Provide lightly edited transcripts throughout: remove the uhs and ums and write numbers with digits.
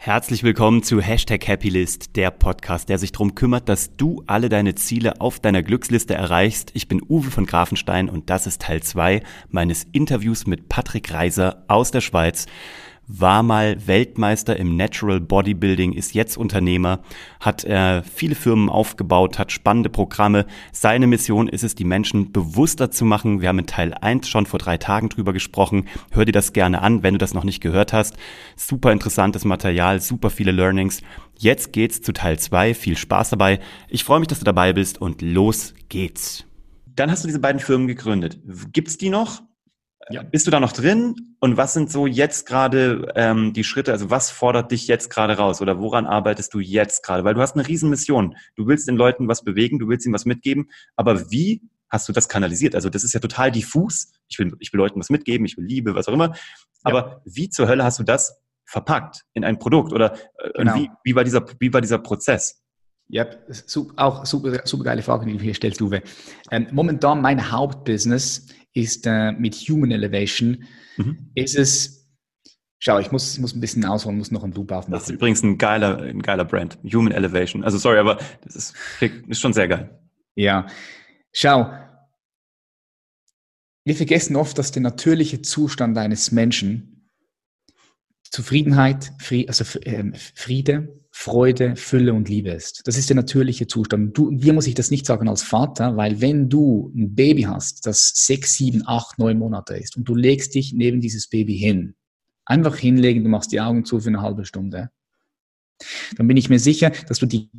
Herzlich willkommen zu #Happylist, der Podcast, der sich darum kümmert, dass du alle deine Ziele auf deiner Glücksliste erreichst. Ich bin Uwe von Grafenstein und das ist Teil 2 meines Interviews mit Patrick Reiser aus der Schweiz. War mal Weltmeister im Natural Bodybuilding, ist jetzt Unternehmer, hat viele Firmen aufgebaut, hat spannende Programme. Seine Mission ist es, die Menschen bewusster zu machen. Wir haben in Teil 1 schon vor 3 Tagen drüber gesprochen. Hör dir das gerne an, wenn du das noch nicht gehört hast. Super interessantes Material, super viele Learnings. Jetzt geht's zu Teil 2. Viel Spaß dabei. Ich freue mich, dass du dabei bist und los geht's. Dann hast du diese beiden Firmen gegründet. Gibt's die noch? Ja. Bist du da noch drin? Und was sind so jetzt gerade die Schritte? Also was fordert dich jetzt gerade raus? Oder woran arbeitest du jetzt gerade? Weil du hast eine riesen Mission. Du willst den Leuten was bewegen, du willst ihnen was mitgeben. Aber wie hast du das kanalisiert? Also das ist ja total diffus. Ich will Leuten was mitgeben, ich will Liebe, was auch immer. Aber wie zur Hölle hast du das verpackt in ein Produkt? Oder genau. Und wie war dieser Prozess? Ja, auch super geile Frage, die du hier stellst, Uwe. Momentan mein Hauptbusiness ist mit Human Elevation. Ist es, schau, ich muss ein bisschen ausholen, muss noch ein Loop aufmachen. Das ist übrigens ein geiler Brand, Human Elevation. Also sorry, aber das ist schon sehr geil. Ja, schau, wir vergessen oft, dass der natürliche Zustand eines Menschen Zufriedenheit, Friede, Freude, Fülle und Liebe ist. Das ist der natürliche Zustand. Dir muss ich das nicht sagen als Vater, weil wenn du ein Baby hast, das 6, 7, 8, 9 Monate ist und du legst dich neben dieses Baby hin, einfach hinlegen, du machst die Augen zu für eine halbe Stunde, dann bin ich mir sicher, dass du die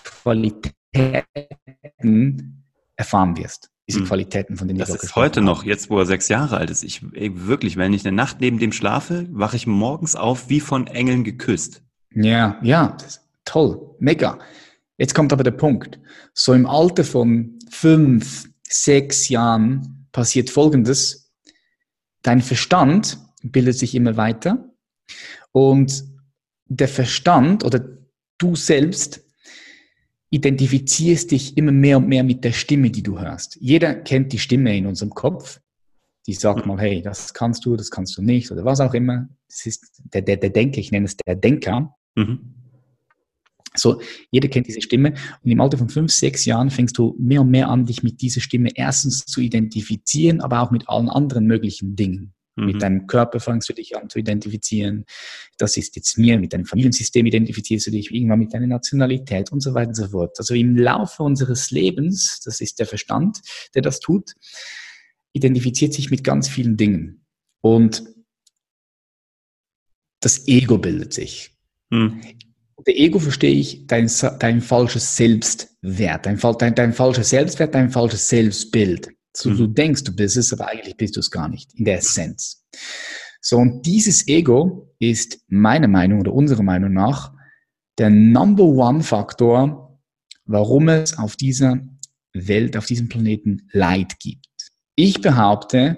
Qualitäten erfahren wirst. Diese Qualitäten, von denen das ist heute noch, jetzt wo er 6 Jahre alt ist. Wirklich, wenn ich eine Nacht neben dem schlafe, wache ich morgens auf wie von Engeln geküsst. Ja, das ist toll, mega. Jetzt kommt aber der Punkt. So im Alter von 5, 6 Jahren passiert Folgendes. Dein Verstand bildet sich immer weiter und der Verstand oder du selbst identifizierst dich immer mehr und mehr mit der Stimme, die du hörst. Jeder kennt die Stimme in unserem Kopf, die sagt mal, hey, das kannst du nicht oder was auch immer. Das ist der Denker, ich nenne es der Denker. So, jeder kennt diese Stimme und im Alter von 5, 6 Jahren fängst du mehr und mehr an, dich mit dieser Stimme erstens zu identifizieren, aber auch mit allen anderen möglichen Dingen. Mit deinem Körper fängst du dich an zu identifizieren. Das ist jetzt mit deinem Familiensystem identifizierst du dich, irgendwann mit deiner Nationalität und so weiter und so fort. Also im Laufe unseres Lebens, das ist der Verstand, der das tut, identifiziert sich mit ganz vielen Dingen. Und das Ego bildet sich. Der Ego verstehe ich, dein falsches Selbstwert, dein falsches Selbstwert, dein falsches Selbstbild. So, du denkst, du bist es, aber eigentlich bist du es gar nicht, in der Essenz. So, und dieses Ego ist meiner Meinung oder unserer Meinung nach der Number-One-Faktor, warum es auf dieser Welt, auf diesem Planeten Leid gibt. Ich behaupte,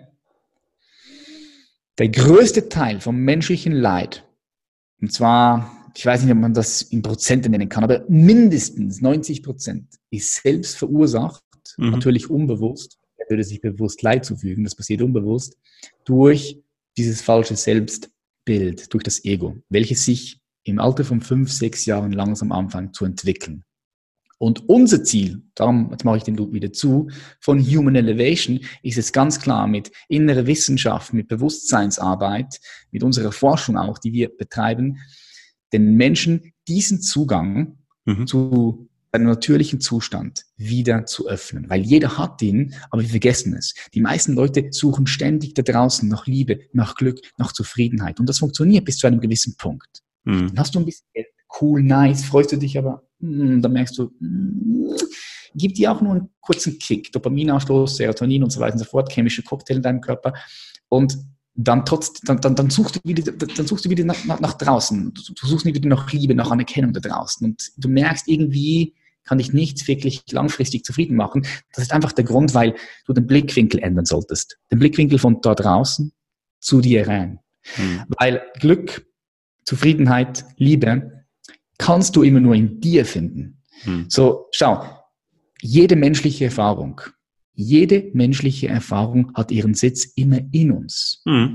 der größte Teil vom menschlichen Leid, und zwar, ich weiß nicht, ob man das in Prozente nennen kann, aber mindestens 90% ist selbst verursacht, natürlich unbewusst. Er würde sich bewusst Leid zufügen, das passiert unbewusst, durch dieses falsche Selbstbild, durch das Ego, welches sich im Alter von 5, 6 Jahren langsam anfängt zu entwickeln. Und unser Ziel, darum, jetzt mache ich den Loop wieder zu, von Human Elevation ist es ganz klar mit innerer Wissenschaft, mit Bewusstseinsarbeit, mit unserer Forschung auch, die wir betreiben, den Menschen diesen Zugang zu einem natürlichen Zustand wieder zu öffnen. Weil jeder hat ihn, aber wir vergessen es. Die meisten Leute suchen ständig da draußen nach Liebe, nach Glück, nach Zufriedenheit. Und das funktioniert bis zu einem gewissen Punkt. Dann hast du ein bisschen Geld, cool, nice, freust du dich aber, dann merkst du, gibt dir auch nur einen kurzen Kick, Dopaminausstoß, Serotonin und so weiter und so fort, chemische Cocktail in deinem Körper. Und dann suchst du wieder nach draußen. Du suchst wieder nach Liebe, nach Anerkennung da draußen. Und du merkst irgendwie, kann dich nichts wirklich langfristig zufrieden machen. Das ist einfach der Grund, weil du den Blickwinkel ändern solltest. Den Blickwinkel von da draußen zu dir rein. Weil Glück, Zufriedenheit, Liebe kannst du immer nur in dir finden. So, schau, jede menschliche Erfahrung hat ihren Sitz immer in uns.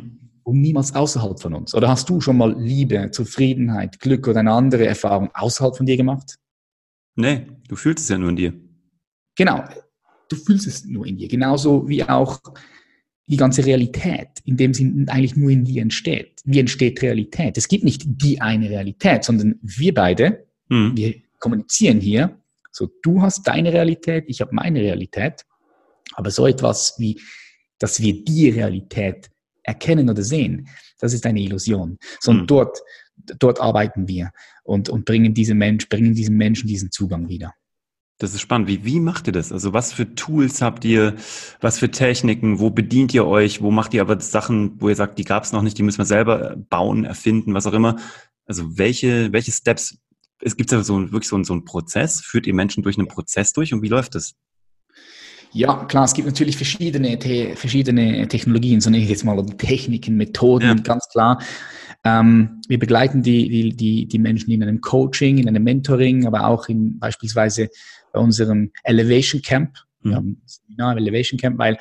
und niemals außerhalb von uns. Oder hast du schon mal Liebe, Zufriedenheit, Glück oder eine andere Erfahrung außerhalb von dir gemacht? Nee, du fühlst es ja nur in dir. Genau, du fühlst es nur in dir. Genauso wie auch die ganze Realität in dem Sinn eigentlich nur in dir entsteht. Wie entsteht Realität? Es gibt nicht die eine Realität, sondern wir beide, wir kommunizieren hier. So, du hast deine Realität, ich habe meine Realität. Aber so etwas wie, dass wir die Realität erkennen oder sehen, das ist eine Illusion. Sondern dort arbeiten wir und bringen diesem Menschen diesen Zugang wieder. Das ist spannend. Wie macht ihr das? Also was für Tools habt ihr? Was für Techniken? Wo bedient ihr euch? Wo macht ihr aber Sachen, wo ihr sagt, die gab es noch nicht, die müssen wir selber bauen, erfinden, was auch immer? Also welche Steps? Es gibt ja wirklich so einen Prozess. Führt ihr Menschen durch einen Prozess durch und wie läuft das? Ja, klar, es gibt natürlich verschiedene Technologien, so nenne ich jetzt mal, oder Techniken, Methoden, ganz klar. Wir begleiten die Menschen in einem Coaching, in einem Mentoring, aber auch beispielsweise bei unserem Elevation Camp. Wir haben ein Seminar im Elevation Camp, weil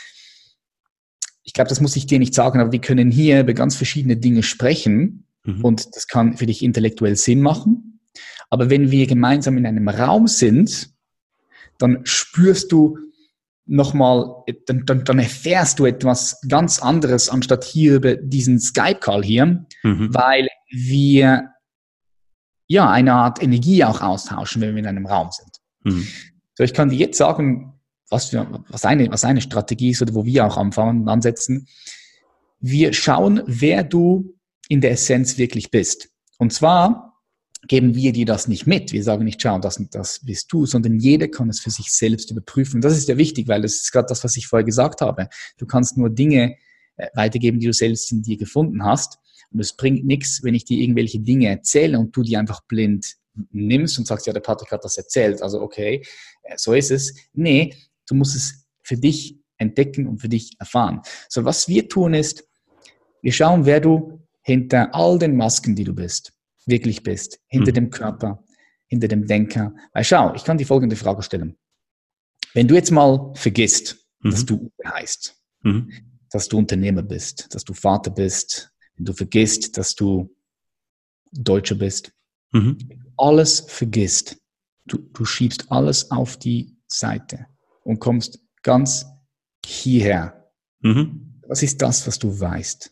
ich glaube, das muss ich dir nicht sagen, aber wir können hier über ganz verschiedene Dinge sprechen und das kann für dich intellektuell Sinn machen. Aber wenn wir gemeinsam in einem Raum sind, dann spürst du nochmal, dann erfährst du etwas ganz anderes, anstatt hier über diesen Skype-Call hier, weil wir ja eine Art Energie auch austauschen, wenn wir in einem Raum sind. So, ich kann dir jetzt sagen, was eine Strategie ist oder wo wir auch ansetzen. Wir schauen, wer du in der Essenz wirklich bist. Und zwar geben wir dir das nicht mit. Wir sagen nicht, schau, das und das bist du, sondern jeder kann es für sich selbst überprüfen. Und das ist ja wichtig, weil das ist gerade das, was ich vorher gesagt habe. Du kannst nur Dinge weitergeben, die du selbst in dir gefunden hast. Und es bringt nichts, wenn ich dir irgendwelche Dinge erzähle und du die einfach blind nimmst und sagst, ja, der Patrick hat das erzählt, also okay, so ist es. Nee, du musst es für dich entdecken und für dich erfahren. So, was wir tun ist, wir schauen, wer du hinter all den Masken, die du bist, wirklich bist. Hinter dem Körper, hinter dem Denker. Weil schau, ich kann die folgende Frage stellen. Wenn du jetzt mal vergisst, dass du Uwe heißt, dass du Unternehmer bist, dass du Vater bist, wenn du vergisst, dass du Deutscher bist, alles vergisst, du schiebst alles auf die Seite und kommst ganz hierher. Was ist das, was du weißt?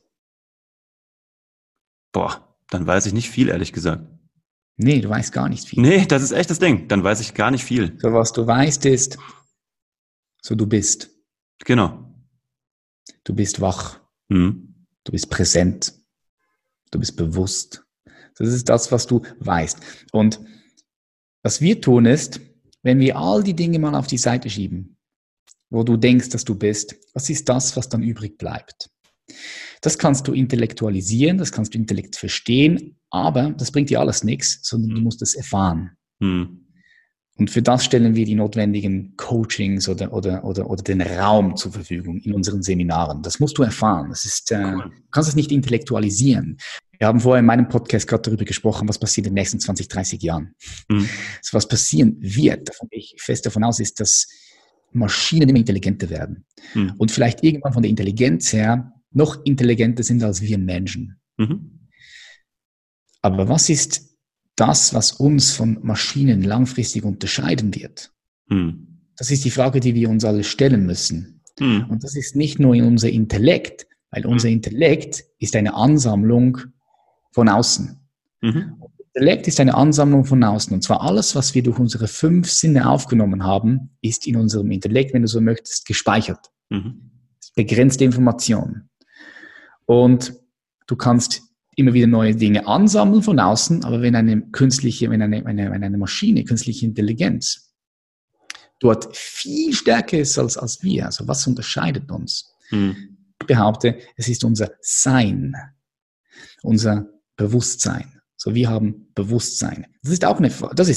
Boah, dann weiß ich nicht viel, ehrlich gesagt. Nee, du weißt gar nicht viel. Nee, das ist echt das Ding. Dann weiß ich gar nicht viel. So, was du weißt ist, so du bist. Genau. Du bist wach. Du bist präsent. Du bist bewusst. Das ist das, was du weißt. Und was wir tun ist, wenn wir all die Dinge mal auf die Seite schieben, wo du denkst, dass du bist, was ist das, was dann übrig bleibt? Das kannst du intellektualisieren, das kannst du intellekt verstehen, aber das bringt dir alles nichts, sondern du musst es erfahren. Und für das stellen wir die notwendigen Coachings oder den Raum zur Verfügung in unseren Seminaren. Das musst du erfahren. Das ist, du kannst es nicht intellektualisieren. Wir haben vorher in meinem Podcast gerade darüber gesprochen, was passiert in den nächsten 20, 30 Jahren. So, was passieren wird, davon gehe ich fest davon aus, ist, dass Maschinen immer intelligenter werden. Und vielleicht irgendwann von der Intelligenz her noch intelligenter sind als wir Menschen. Aber was ist das, was uns von Maschinen langfristig unterscheiden wird? Das ist die Frage, die wir uns alle stellen müssen. Und das ist nicht nur in unser Intellekt, weil unser Intellekt ist eine Ansammlung von außen. Intellekt ist eine Ansammlung von außen. Und zwar alles, was wir durch unsere 5 Sinne aufgenommen haben, ist in unserem Intellekt, wenn du so möchtest, gespeichert. Begrenzte Information. Und du kannst immer wieder neue Dinge ansammeln von außen, aber wenn eine Maschine, künstliche Intelligenz, dort viel stärker ist als wir, also was unterscheidet uns? Ich behaupte, es ist unser Sein, unser Bewusstsein. So, wir haben Bewusstsein. Das ist auch eine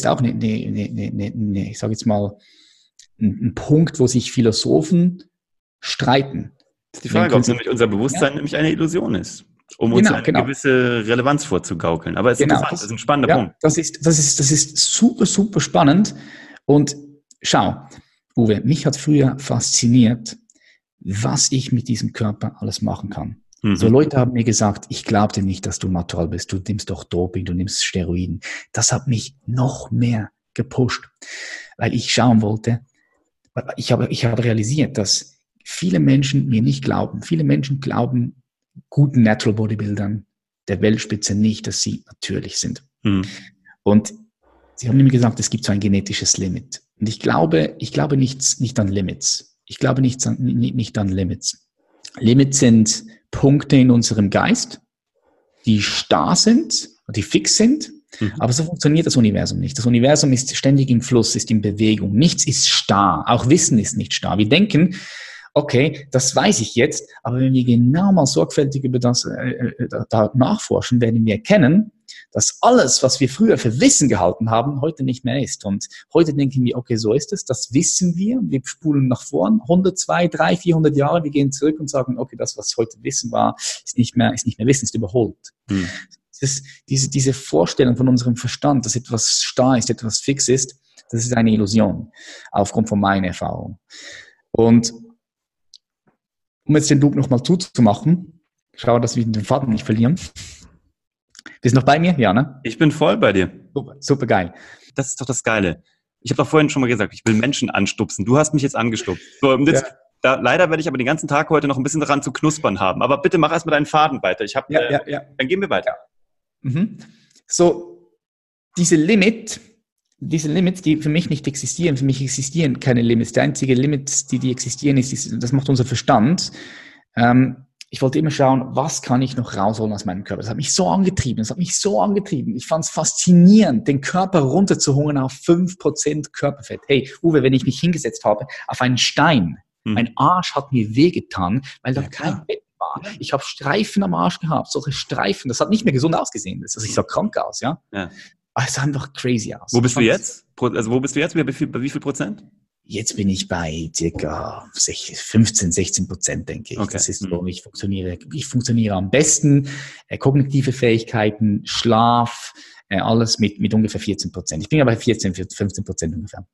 ich sage jetzt mal, ein Punkt, wo sich Philosophen streiten. Das ist die Frage, ob nämlich unser Bewusstsein nämlich eine Illusion ist, um uns eine gewisse Relevanz vorzugaukeln. Aber es ist interessant, das ist ein spannender Punkt. Das ist super, super spannend. Und schau, Uwe, mich hat früher fasziniert, was ich mit diesem Körper alles machen kann. So Leute haben mir gesagt, ich glaube dir nicht, dass du natural bist. Du nimmst doch Doping, du nimmst Steroiden. Das hat mich noch mehr gepusht, weil ich schauen wollte. Ich habe realisiert, dass viele Menschen mir nicht glauben. Viele Menschen glauben guten Natural Bodybuildern der Weltspitze nicht, dass sie natürlich sind. Und sie haben mir gesagt, es gibt so ein genetisches Limit. Und ich glaube nicht an Limits. Ich glaube nicht an Limits. Limits sind Punkte in unserem Geist, die starr sind, die fix sind. Aber so funktioniert das Universum nicht. Das Universum ist ständig im Fluss, ist in Bewegung. Nichts ist starr. Auch Wissen ist nicht starr. Wir denken, okay, das weiß ich jetzt, aber wenn wir genau mal sorgfältig über das da nachforschen, werden wir erkennen, dass alles, was wir früher für Wissen gehalten haben, heute nicht mehr ist. Und heute denken wir, okay, so ist es, das wissen wir. Wir spulen nach vorn, 100, 200, 300, 400 Jahre, wir gehen zurück und sagen, okay, das, was heute Wissen war, ist nicht mehr Wissen, ist überholt. Diese Vorstellung von unserem Verstand, dass etwas starr ist, etwas fix ist, das ist eine Illusion, aufgrund von meiner Erfahrung. Und um jetzt den Loop nochmal zuzumachen, schau, dass wir den Faden nicht verlieren. Bist du noch bei mir? Ja, ne? Ich bin voll bei dir. Super geil. Das ist doch das Geile. Ich habe doch vorhin schon mal gesagt, ich will Menschen anstupsen. Du hast mich jetzt angestupst. So, und jetzt, leider werde ich aber den ganzen Tag heute noch ein bisschen daran zu knuspern haben. Aber bitte mach erstmal deinen Faden weiter. Dann gehen wir weiter. So, diese Limits, die für mich nicht existieren, für mich existieren keine Limits. Die einzige Limits, die existieren, das macht unser Verstand. Ich wollte immer schauen, was kann ich noch rausholen aus meinem Körper. Das hat mich so angetrieben. Ich fand es faszinierend, den Körper runterzuhungern auf 5% Körperfett. Hey, Uwe, wenn ich mich hingesetzt habe auf einen Stein, mein Arsch hat mir wehgetan, weil da kein Fett war. Ich habe Streifen am Arsch gehabt, solche Streifen. Das hat nicht mehr gesund ausgesehen. Also ich sah krank aus, ja. Aber es sah einfach crazy aus. Wo bist du jetzt? Bei wie viel Prozent? Jetzt bin ich bei circa 15, 16%, denke ich. Okay. Das ist so, ich funktioniere am besten. Kognitive Fähigkeiten, Schlaf, alles mit ungefähr 14%. Ich bin ja bei 15% ungefähr.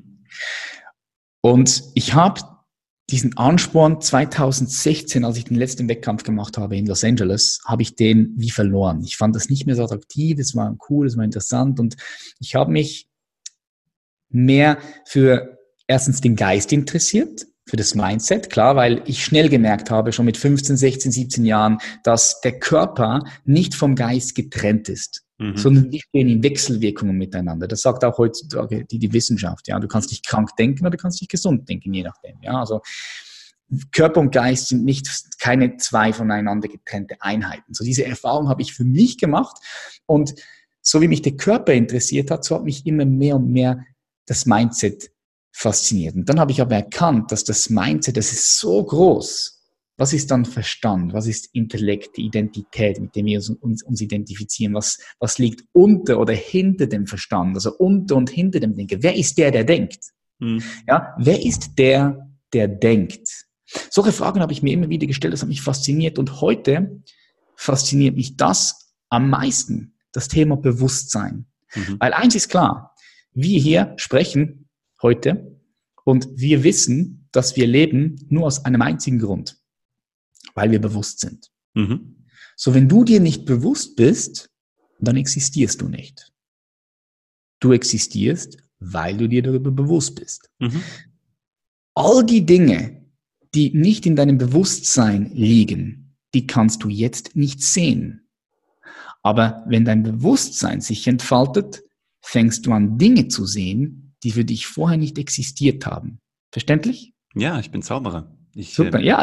Und ich habe diesen Ansporn 2016, als ich den letzten Wettkampf gemacht habe in Los Angeles, habe ich den wie verloren. Ich fand das nicht mehr so attraktiv, es war cool, es war interessant und ich habe mich mehr für erstens den Geist interessiert, für das Mindset, klar, weil ich schnell gemerkt habe, schon mit 15, 16, 17 Jahren, dass der Körper nicht vom Geist getrennt ist, sondern wir stehen in Wechselwirkungen miteinander. Das sagt auch heutzutage die Wissenschaft. Ja, du kannst dich krank denken oder du kannst dich gesund denken, je nachdem. Ja, also Körper und Geist sind keine zwei voneinander getrennte Einheiten. So diese Erfahrung habe ich für mich gemacht und so wie mich der Körper interessiert hat, so hat mich immer mehr und mehr das Mindset fasziniert. Und dann habe ich aber erkannt, dass das Mindset, das ist so groß. Was ist dann Verstand? Was ist Intellekt, die Identität, mit dem wir uns identifizieren? Was liegt unter oder hinter dem Verstand? Also unter und hinter dem Denken. Wer ist der denkt? Ja, wer ist der denkt? Solche Fragen habe ich mir immer wieder gestellt. Das hat mich fasziniert. Und heute fasziniert mich das am meisten, das Thema Bewusstsein. Weil eins ist klar, wir hier sprechen heute und wir wissen, dass wir leben nur aus einem einzigen Grund, weil wir bewusst sind. So, wenn du dir nicht bewusst bist, dann existierst du nicht. Du existierst, weil du dir darüber bewusst bist. All die Dinge, die nicht in deinem Bewusstsein liegen, die kannst du jetzt nicht sehen. Aber wenn dein Bewusstsein sich entfaltet, fängst du an, Dinge zu sehen, die für dich vorher nicht existiert haben. Verständlich? Ja, ich bin Zauberer. Super, genau.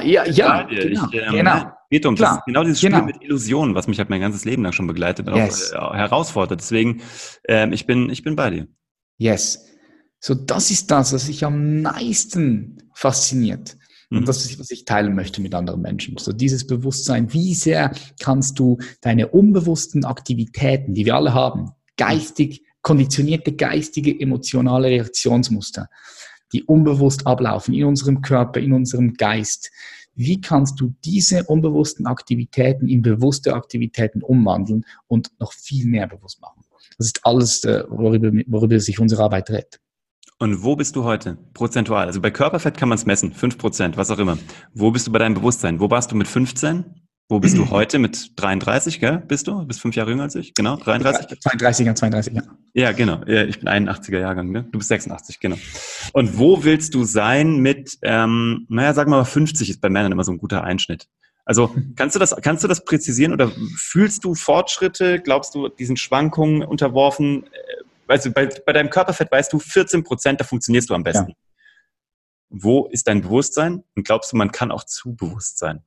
Das ist genau dieses Spiel mit Illusionen, was mich halt mein ganzes Leben lang schon begleitet und auch herausfordert. Deswegen, ich bin bei dir. Yes. So, das ist das, was mich am meisten fasziniert. Und das ist, was ich teilen möchte mit anderen Menschen. So dieses Bewusstsein, wie sehr kannst du deine unbewussten Aktivitäten, die wir alle haben, konditionierte geistige, emotionale Reaktionsmuster, die unbewusst ablaufen in unserem Körper, in unserem Geist. Wie kannst du diese unbewussten Aktivitäten in bewusste Aktivitäten umwandeln und noch viel mehr bewusst machen? Das ist alles, worüber sich unsere Arbeit dreht. Und wo bist du heute? Prozentual. Also bei Körperfett kann man es messen, 5%, was auch immer. Wo bist du bei deinem Bewusstsein? Wo warst du mit 15? Wo bist du heute mit 33, gell? Bist du? Bist 5 Jahre jünger als ich? Genau, 33? 32, ja. Ja, genau. Ja, ich bin 81er Jahrgang, ne? Du bist 86, genau. Und wo willst du sein mit, sagen wir mal 50 ist bei Männern immer so ein guter Einschnitt. Also kannst du das präzisieren oder fühlst du Fortschritte? Glaubst du, diesen Schwankungen unterworfen? Weißt du, bei deinem Körperfett weißt du, 14%, da funktionierst du am besten. Ja. Wo ist dein Bewusstsein? Und glaubst du, man kann auch zu bewusst sein?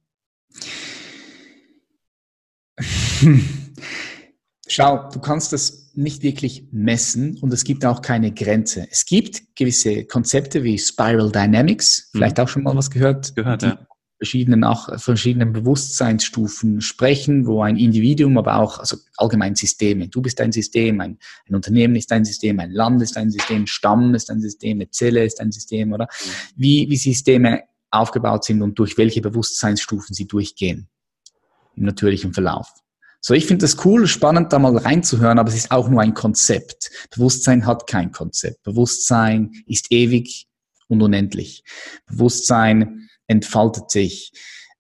Schau, du kannst das nicht wirklich messen und es gibt auch keine Grenze. Es gibt gewisse Konzepte wie Spiral Dynamics, vielleicht auch schon mal was gehört, die ja. verschiedenen Bewusstseinsstufen sprechen, wo ein Individuum, aber auch also allgemein Systeme. Du bist ein System, ein Unternehmen ist ein System, ein Land ist ein System, Stamm ist ein System, eine Zelle ist ein System, oder? Wie Systeme aufgebaut sind und durch welche Bewusstseinsstufen sie durchgehen im natürlichen Verlauf. So, ich finde das cool, spannend, da mal reinzuhören, aber es ist auch nur ein Konzept. Bewusstsein hat kein Konzept. Bewusstsein ist ewig und unendlich. Bewusstsein entfaltet sich,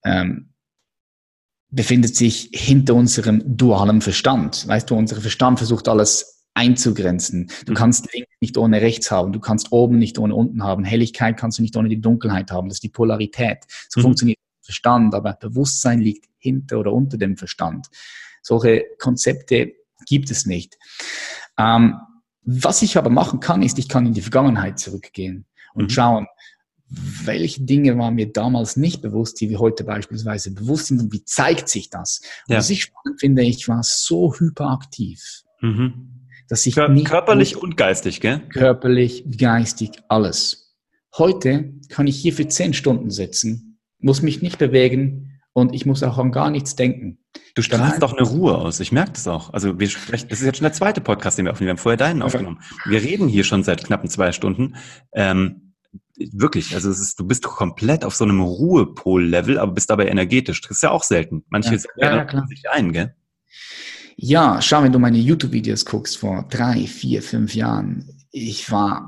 befindet sich hinter unserem dualen Verstand. Weißt du, unser Verstand versucht alles einzugrenzen. Du kannst links nicht ohne rechts haben, du kannst oben nicht ohne unten haben, Helligkeit kannst du nicht ohne die Dunkelheit haben, das ist die Polarität. So funktioniert der Verstand, aber Bewusstsein liegt hinter oder unter dem Verstand. Solche Konzepte gibt es nicht. Was ich aber machen kann, ist, ich kann in die Vergangenheit zurückgehen und schauen, welche Dinge waren mir damals nicht bewusst, die wir heute beispielsweise bewusst sind und wie zeigt sich das? Und was ich spannend finde, ich war so hyperaktiv, dass ich nicht körperlich und geistig, gell? Körperlich, geistig, alles. Heute kann ich hier für 10 Stunden sitzen, muss mich nicht bewegen und ich muss auch an gar nichts denken. Du strahlst doch eine Ruhe aus. Ich merke das auch. Also das ist jetzt schon der zweite Podcast, den wir aufnehmen. Wir haben vorher deinen aufgenommen. Wir reden hier schon seit knappen 2 Stunden. Wirklich, also du bist komplett auf so einem Ruhepol-Level, aber bist dabei energetisch. Das ist ja auch selten. Manche klar. Sich ein, gell? Ja, schau, wenn du meine YouTube-Videos guckst vor 3, 4, 5 Jahren, ich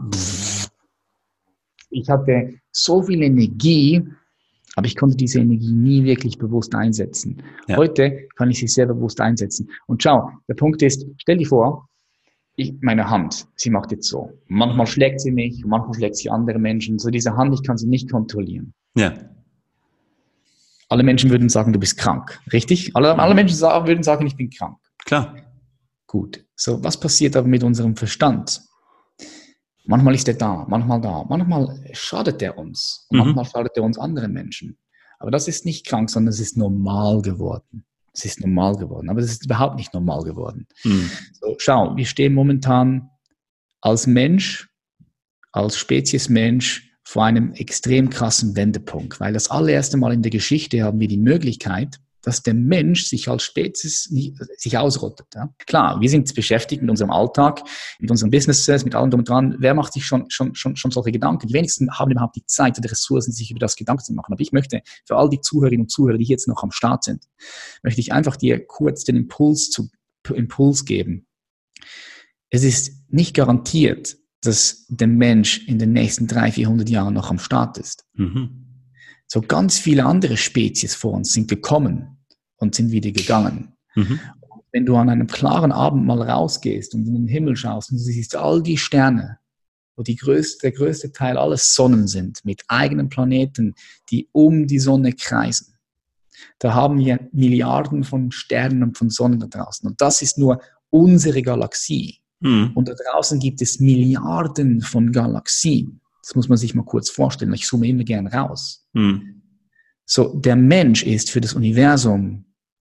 hatte so viel Energie, aber ich konnte diese Energie nie wirklich bewusst einsetzen. Ja. Heute kann ich sie sehr bewusst einsetzen. Und schau, der Punkt ist, stell dir vor, meine Hand, sie macht jetzt so. Manchmal schlägt sie mich, manchmal schlägt sie andere Menschen. So diese Hand, ich kann sie nicht kontrollieren. Ja. Alle Menschen würden sagen, du bist krank. Richtig? Alle Menschen würden sagen, ich bin krank. Klar. Gut. So, was passiert aber mit unserem Verstand? Manchmal ist er da, manchmal schadet er uns, manchmal schadet er uns anderen Menschen. Aber das ist nicht krank, sondern es ist normal geworden. Es ist normal geworden, aber es ist überhaupt nicht normal geworden. So, schau, wir stehen momentan als Mensch, als Spezies Mensch vor einem extrem krassen Wendepunkt, weil das allererste Mal in der Geschichte haben wir die Möglichkeit, dass der Mensch sich als Spezies sich ausrottet. Ja? Klar, wir sind beschäftigt mit unserem Alltag, mit unseren Businesses, mit allem drum und dran. Wer macht sich schon solche Gedanken? Die wenigsten haben überhaupt die Zeit oder Ressourcen, sich über das Gedanken zu machen. Aber ich möchte für all die Zuhörerinnen und Zuhörer, die jetzt noch am Start sind, möchte ich einfach dir kurz den Impuls geben. Es ist nicht garantiert, dass der Mensch in den nächsten 300, 400 Jahren noch am Start ist. So ganz viele andere Spezies vor uns sind gekommen und sind wieder gegangen. Wenn du an einem klaren Abend mal rausgehst und in den Himmel schaust und du siehst all die Sterne, wo der größte Teil alles Sonnen sind, mit eigenen Planeten, die um die Sonne kreisen. Da haben wir Milliarden von Sternen und von Sonnen da draußen. Und das ist nur unsere Galaxie. Und da draußen gibt es Milliarden von Galaxien. Das muss man sich mal kurz vorstellen. Ich zoome immer gern raus. So, der Mensch ist für das Universum,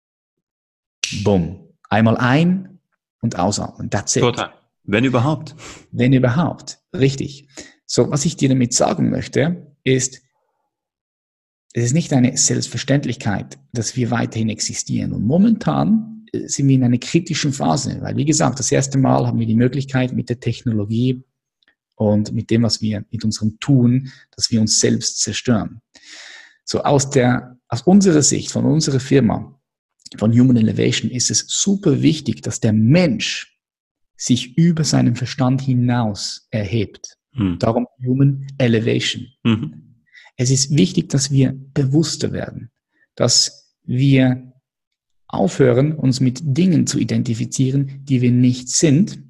bumm, einmal ein- und ausatmen. That's it. Total. Wenn überhaupt. Wenn überhaupt. Richtig. So, was ich dir damit sagen möchte, ist, es ist nicht eine Selbstverständlichkeit, dass wir weiterhin existieren. Und momentan sind wir in einer kritischen Phase, weil, wie gesagt, das erste Mal haben wir die Möglichkeit mit der Technologie und mit dem, was wir mit unserem Tun, dass wir uns selbst zerstören. So aus unserer Sicht, von unserer Firma, von Human Elevation, ist es super wichtig, dass der Mensch sich über seinen Verstand hinaus erhebt. Darum Human Elevation. Es ist wichtig, dass wir bewusster werden, dass wir aufhören, uns mit Dingen zu identifizieren, die wir nicht sind,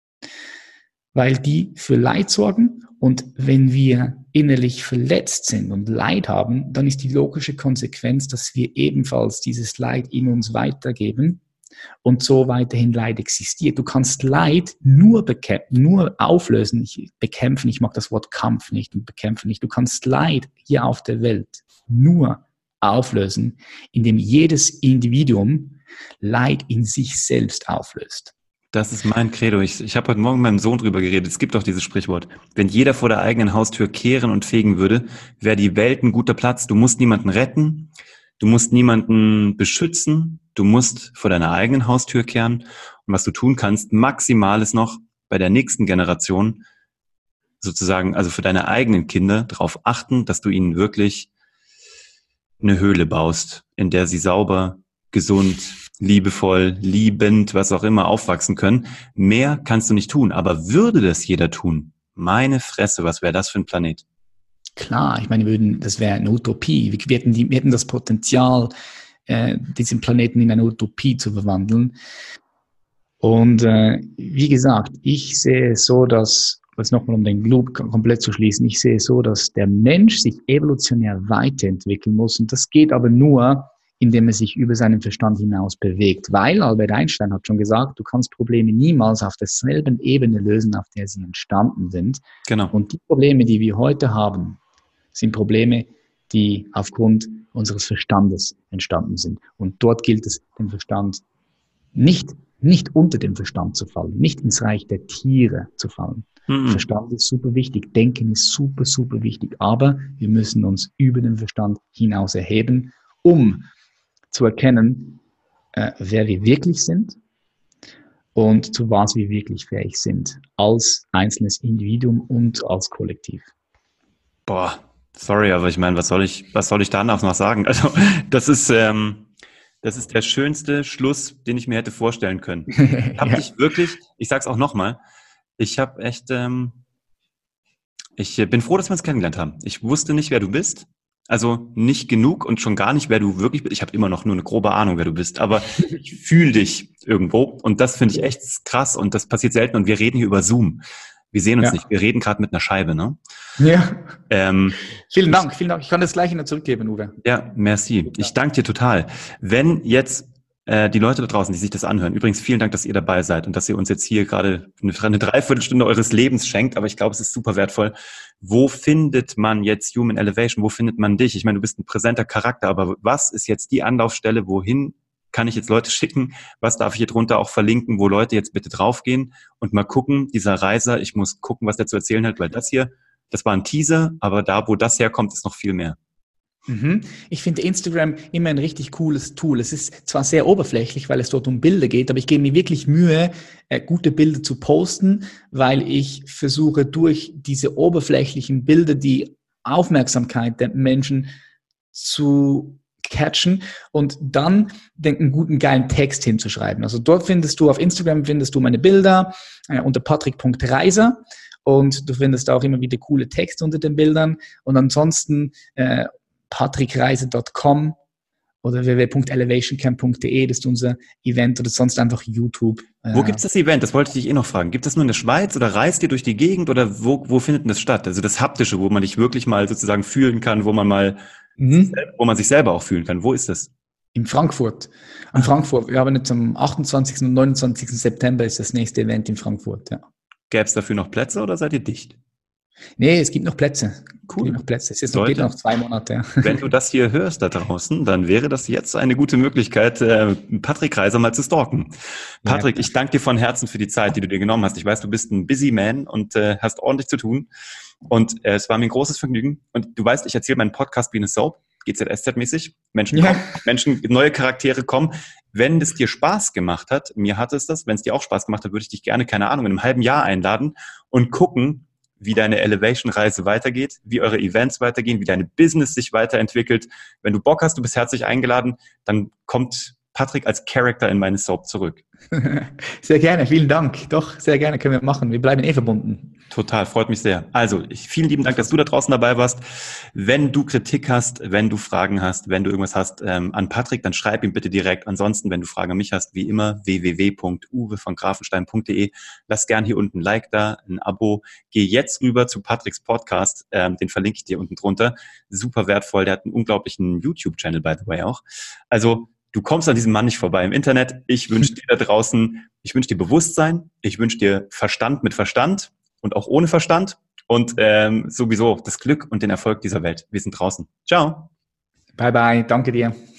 weil die für Leid sorgen. Und wenn wir innerlich verletzt sind und Leid haben, dann ist die logische Konsequenz, dass wir ebenfalls dieses Leid in uns weitergeben und so weiterhin Leid existiert. Du kannst Leid nur auflösen, bekämpfen. Ich mag das Wort Kampf nicht und bekämpfen nicht. Du kannst Leid hier auf der Welt nur auflösen, indem jedes Individuum Leid in sich selbst auflöst. Das ist mein Credo. Ich habe heute Morgen mit meinem Sohn drüber geredet. Es gibt auch dieses Sprichwort. Wenn jeder vor der eigenen Haustür kehren und fegen würde, wäre die Welt ein guter Platz. Du musst niemanden retten, du musst niemanden beschützen, du musst vor deiner eigenen Haustür kehren. Und was du tun kannst, maximal ist noch bei der nächsten Generation sozusagen, also für deine eigenen Kinder, darauf achten, dass du ihnen wirklich eine Höhle baust, in der sie sauber, gesund, liebevoll, liebend, was auch immer, aufwachsen können. Mehr kannst du nicht tun. Aber würde das jeder tun? Meine Fresse, was wäre das für ein Planet? Klar, ich meine, das wäre eine Utopie. Wir hätten das Potenzial, diesen Planeten in eine Utopie zu verwandeln. Und wie gesagt, ich sehe es so, dass, jetzt nochmal um den Loop komplett zu schließen, ich sehe es so, dass der Mensch sich evolutionär weiterentwickeln muss. Und das geht aber nur, indem er sich über seinen Verstand hinaus bewegt. Weil Albert Einstein hat schon gesagt, du kannst Probleme niemals auf derselben Ebene lösen, auf der sie entstanden sind. Genau. Und die Probleme, die wir heute haben, sind Probleme, die aufgrund unseres Verstandes entstanden sind. Und dort gilt es, den Verstand nicht unter den Verstand zu fallen, nicht ins Reich der Tiere zu fallen. Verstand ist super wichtig, Denken ist super, super wichtig, aber wir müssen uns über den Verstand hinaus erheben, um zu erkennen, wer wir wirklich sind und zu was wir wirklich fähig sind, als einzelnes Individuum und als Kollektiv. Boah, sorry, aber ich meine, was soll ich danach noch sagen? Also, das ist der schönste Schluss, den ich mir hätte vorstellen können. Ich sag's auch nochmal, ich habe echt, ich bin froh, dass wir uns kennengelernt haben. Ich wusste nicht, wer du bist. Also nicht genug und schon gar nicht, wer du wirklich bist. Ich habe immer noch nur eine grobe Ahnung, wer du bist, aber ich fühle dich irgendwo und das finde ich echt krass und das passiert selten und wir reden hier über Zoom. Wir sehen uns nicht, wir reden gerade mit einer Scheibe, ne? Ja. Vielen Dank. Ich kann das gleich Ihnen zurückgeben, Uwe. Ja, merci. Ich danke dir total. Wenn jetzt die Leute da draußen, die sich das anhören, übrigens vielen Dank, dass ihr dabei seid und dass ihr uns jetzt hier gerade eine Dreiviertelstunde eures Lebens schenkt, aber ich glaube, es ist super wertvoll. Wo findet man jetzt Human Elevation? Wo findet man dich? Ich meine, du bist ein präsenter Charakter, aber was ist jetzt die Anlaufstelle? Wohin kann ich jetzt Leute schicken? Was darf ich hier drunter auch verlinken, wo Leute jetzt bitte draufgehen und mal gucken, dieser Reiser, ich muss gucken, was der zu erzählen hat, weil das war ein Teaser, aber da, wo das herkommt, ist noch viel mehr. Ich finde Instagram immer ein richtig cooles Tool. Es ist zwar sehr oberflächlich, weil es dort um Bilder geht, aber ich gebe mir wirklich Mühe, gute Bilder zu posten, weil ich versuche, durch diese oberflächlichen Bilder die Aufmerksamkeit der Menschen zu catchen und dann einen guten, geilen Text hinzuschreiben. Also dort auf Instagram findest du meine Bilder unter patrick.reiser und du findest auch immer wieder coole Texte unter den Bildern und ansonsten patrickreiser.com oder www.elevationcamp.de, das ist unser Event oder sonst einfach YouTube. Wo gibt's das Event? Das wollte ich dich noch fragen. Gibt es nur in der Schweiz oder reist ihr durch die Gegend oder wo findet denn das statt? Also das Haptische, wo man dich wirklich mal sozusagen fühlen kann, wo man sich selber auch fühlen kann. Wo ist das? In Frankfurt. In Frankfurt. Wir haben jetzt am 28. und 29. September ist das nächste Event in Frankfurt, ja. Gäbe es dafür noch Plätze oder seid ihr dicht? Nee, es gibt noch Plätze. Cool. Es geht noch 2 Monate. Wenn du das hier hörst da draußen, dann wäre das jetzt eine gute Möglichkeit, Patrick Reiser mal zu stalken. Patrick, ich danke dir von Herzen für die Zeit, die du dir genommen hast. Ich weiß, du bist ein busy man und hast ordentlich zu tun. Und es war mir ein großes Vergnügen. Und du weißt, ich erzähle meinen Podcast wie eine Soap, GZSZ-mäßig. Menschen kommen, neue Charaktere kommen. Wenn es dir Spaß gemacht hat, mir hat es das, wenn es dir auch Spaß gemacht hat, würde ich dich gerne, keine Ahnung, in einem halben Jahr einladen und gucken, wie deine Elevation-Reise weitergeht, wie eure Events weitergehen, wie deine Business sich weiterentwickelt. Wenn du Bock hast, du bist herzlich eingeladen, dann kommt Patrick als Charakter in meine Soap zurück. Sehr gerne, vielen Dank. Doch, sehr gerne können wir machen. Wir bleiben verbunden. Total, freut mich sehr. Also, vielen lieben Dank, dass du da draußen dabei warst. Wenn du Kritik hast, wenn du Fragen hast, wenn du irgendwas hast an Patrick, dann schreib ihm bitte direkt. Ansonsten, wenn du Fragen an mich hast, wie immer, www.uwevongrafenstein.de. Lass gern hier unten ein Like da, ein Abo. Geh jetzt rüber zu Patricks Podcast, den verlinke ich dir unten drunter. Super wertvoll, der hat einen unglaublichen YouTube-Channel, by the way, auch. Also, du kommst an diesem Mann nicht vorbei im Internet. Ich wünsche dir da draußen, ich wünsche dir Bewusstsein, ich wünsche dir Verstand mit Verstand und auch ohne Verstand und sowieso das Glück und den Erfolg dieser Welt. Wir sind draußen. Ciao. Bye bye, danke dir.